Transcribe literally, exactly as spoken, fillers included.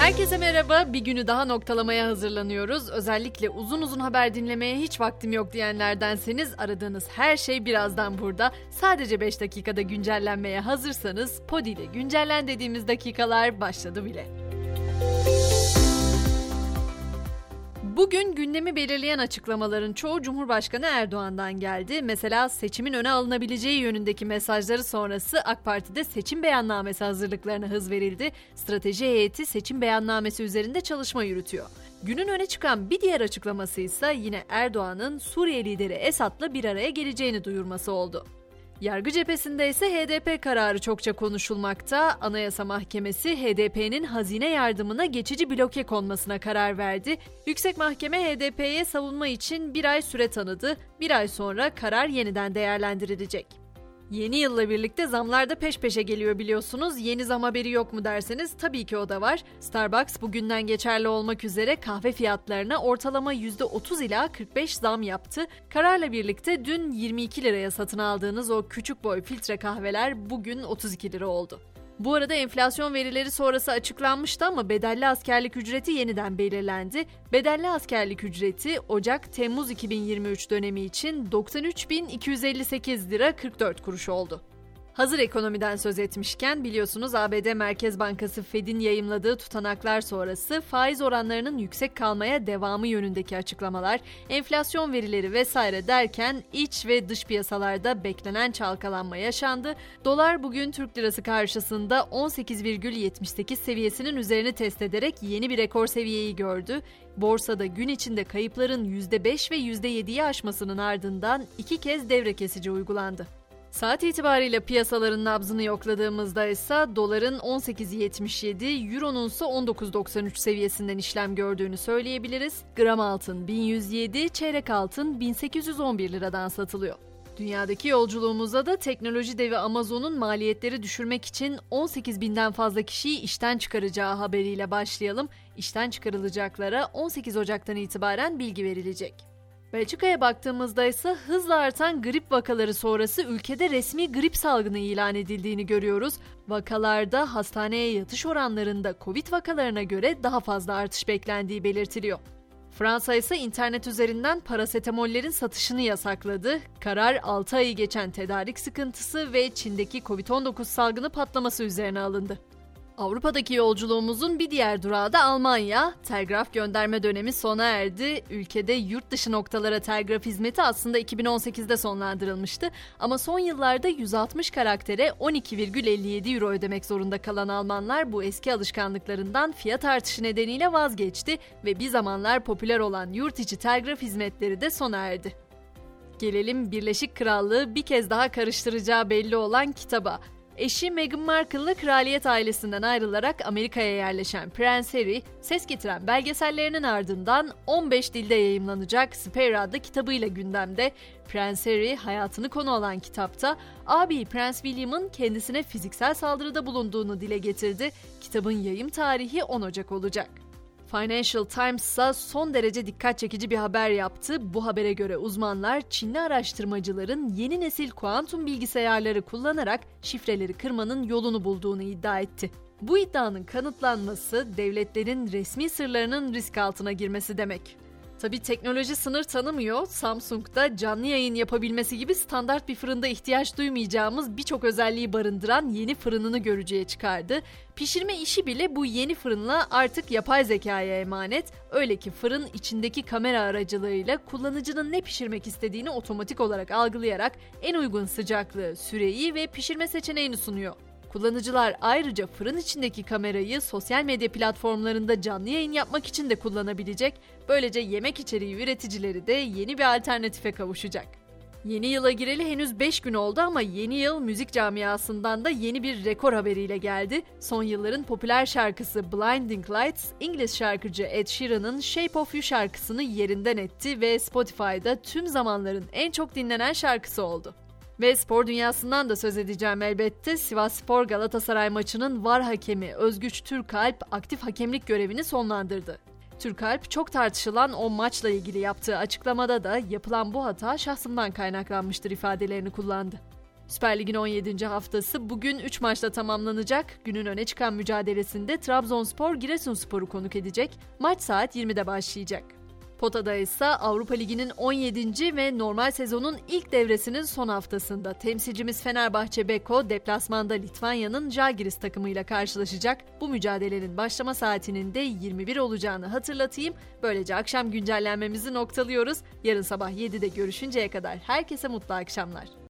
Herkese merhaba, bir günü daha noktalamaya hazırlanıyoruz. Özellikle uzun uzun haber dinlemeye hiç vaktim yok diyenlerdenseniz aradığınız her şey birazdan burada. Sadece beş dakikada güncellenmeye hazırsanız Podi ile güncellen dediğimiz dakikalar başladı bile. Bugün gündemi belirleyen açıklamaların çoğu Cumhurbaşkanı Erdoğan'dan geldi. Mesela seçimin öne alınabileceği yönündeki mesajları sonrası AK Parti'de seçim beyannamesi hazırlıklarına hız verildi. Strateji heyeti seçim beyannamesi üzerinde çalışma yürütüyor. Günün öne çıkan bir diğer açıklaması ise yine Erdoğan'ın Suriye lideri Esad'la bir araya geleceğini duyurması oldu. Yargı cephesinde ise H D P kararı çokça konuşulmakta. Anayasa Mahkemesi H D P'nin hazine yardımına geçici bloke konmasına karar verdi. Yüksek Mahkeme H D P'ye savunma için bir ay süre tanıdı. Bir ay sonra karar yeniden değerlendirilecek. Yeni yılla birlikte zamlar da peş peşe geliyor biliyorsunuz. Yeni zam haberi yok mu derseniz tabii ki o da var. Starbucks bugünden geçerli olmak üzere kahve fiyatlarına ortalama yüzde otuz ila kırk beş zam yaptı. Kararla birlikte dün yirmi iki liraya satın aldığınız o küçük boy filtre kahveler bugün otuz iki lira oldu. Bu arada enflasyon verileri sonrası açıklanmıştı ama bedelli askerlik ücreti yeniden belirlendi. Bedelli askerlik ücreti Ocak-Temmuz iki bin yirmi üç dönemi için doksan üç bin iki yüz elli sekiz lira kırk dört kuruş oldu. Hazır ekonomiden söz etmişken biliyorsunuz A B D Merkez Bankası Fed'in yayımladığı tutanaklar sonrası faiz oranlarının yüksek kalmaya devamı yönündeki açıklamalar, enflasyon verileri vesaire derken iç ve dış piyasalarda beklenen çalkalanma yaşandı. Dolar bugün Türk lirası karşısında on sekiz virgül yetmiş sekiz seviyesinin üzerini test ederek yeni bir rekor seviyeyi gördü. Borsada gün içinde kayıpların yüzde beş ve yüzde yediyi aşmasının ardından iki kez devre kesici uygulandı. Saat itibariyle piyasaların nabzını yokladığımızda ise doların on sekiz yetmiş yedi, euronun ise on dokuz doksan üç seviyesinden işlem gördüğünü söyleyebiliriz. Gram altın bin yüz yedi, çeyrek altın bin sekiz yüz on bir liradan satılıyor. Dünyadaki yolculuğumuzda da teknoloji devi Amazon'un maliyetleri düşürmek için on sekiz binden fazla kişiyi işten çıkaracağı haberiyle başlayalım. İşten çıkarılacaklara on sekiz Ocak'tan itibaren bilgi verilecek. Belçika'ya baktığımızda ise hızla artan grip vakaları sonrası ülkede resmi grip salgını ilan edildiğini görüyoruz. Vakalarda hastaneye yatış oranlarında Covid vakalarına göre daha fazla artış beklendiği belirtiliyor. Fransa ise internet üzerinden parasetamollerin satışını yasakladı. Karar altı ayı geçen tedarik sıkıntısı ve Çin'deki Covid on dokuz salgını patlaması üzerine alındı. Avrupa'daki yolculuğumuzun bir diğer durağı da Almanya. Telgraf gönderme dönemi sona erdi. Ülkede yurt dışı noktalara telgraf hizmeti aslında iki bin on sekizde sonlandırılmıştı. Ama son yıllarda yüz altmış karaktere on iki virgül elli yedi euro ödemek zorunda kalan Almanlar bu eski alışkanlıklarından fiyat artışı nedeniyle vazgeçti ve bir zamanlar popüler olan yurt içi telgraf hizmetleri de sona erdi. Gelelim Birleşik Krallığı bir kez daha karıştıracağı belli olan kitaba. Eşi Meghan Markle'lı kraliyet ailesinden ayrılarak Amerika'ya yerleşen Prens Harry, ses getiren belgesellerinin ardından on beş dilde yayımlanacak Spare adlı kitabıyla gündemde. Prens Harry hayatını konu alan kitapta abi Prens William'ın kendisine fiziksel saldırıda bulunduğunu dile getirdi. Kitabın yayım tarihi on Ocak olacak. Financial Times ise son derece dikkat çekici bir haber yaptı. Bu habere göre uzmanlar Çinli araştırmacıların yeni nesil kuantum bilgisayarları kullanarak şifreleri kırmanın yolunu bulduğunu iddia etti. Bu iddianın kanıtlanması devletlerin resmi sırlarının risk altına girmesi demek. Tabii teknoloji sınır tanımıyor. Samsung'da canlı yayın yapabilmesi gibi standart bir fırında ihtiyaç duymayacağımız birçok özelliği barındıran yeni fırınını görücüye çıkardı. Pişirme işi bile bu yeni fırınla artık yapay zekaya emanet. Öyle ki fırın içindeki kamera aracılığıyla kullanıcının ne pişirmek istediğini otomatik olarak algılayarak en uygun sıcaklığı, süreyi ve pişirme seçeneğini sunuyor. Kullanıcılar ayrıca fırın içindeki kamerayı sosyal medya platformlarında canlı yayın yapmak için de kullanabilecek. Böylece yemek içeriği üreticileri de yeni bir alternatife kavuşacak. Yeni yıla gireli henüz beş gün oldu ama yeni yıl müzik camiasından da yeni bir rekor haberiyle geldi. Son yılların popüler şarkısı Blinding Lights, İngiliz şarkıcı Ed Sheeran'ın Shape of You şarkısını yerinden etti ve Spotify'da tüm zamanların en çok dinlenen şarkısı oldu. Ve spor dünyasından da söz edeceğim elbette. Sivasspor Galatasaray maçının V A R hakemi Özgüç Türkalp aktif hakemlik görevini sonlandırdı. Türkalp çok tartışılan o maçla ilgili yaptığı açıklamada da yapılan bu hata şahsımdan kaynaklanmıştır ifadelerini kullandı. Süper Lig'in on yedinci haftası bugün üç maçla tamamlanacak. Günün öne çıkan mücadelesinde Trabzonspor Giresunspor'u konuk edecek. Maç saat yirmide başlayacak. Potada ise Avrupa Ligi'nin on yedinci ve normal sezonun ilk devresinin son haftasında temsilcimiz Fenerbahçe Beko deplasmanda Litvanya'nın Žalgiris takımıyla karşılaşacak. Bu mücadelenin başlama saatinin de yirmi bir olacağını hatırlatayım. Böylece akşam güncellenmemizi noktalıyoruz. Yarın sabah yedide görüşünceye kadar herkese mutlu akşamlar.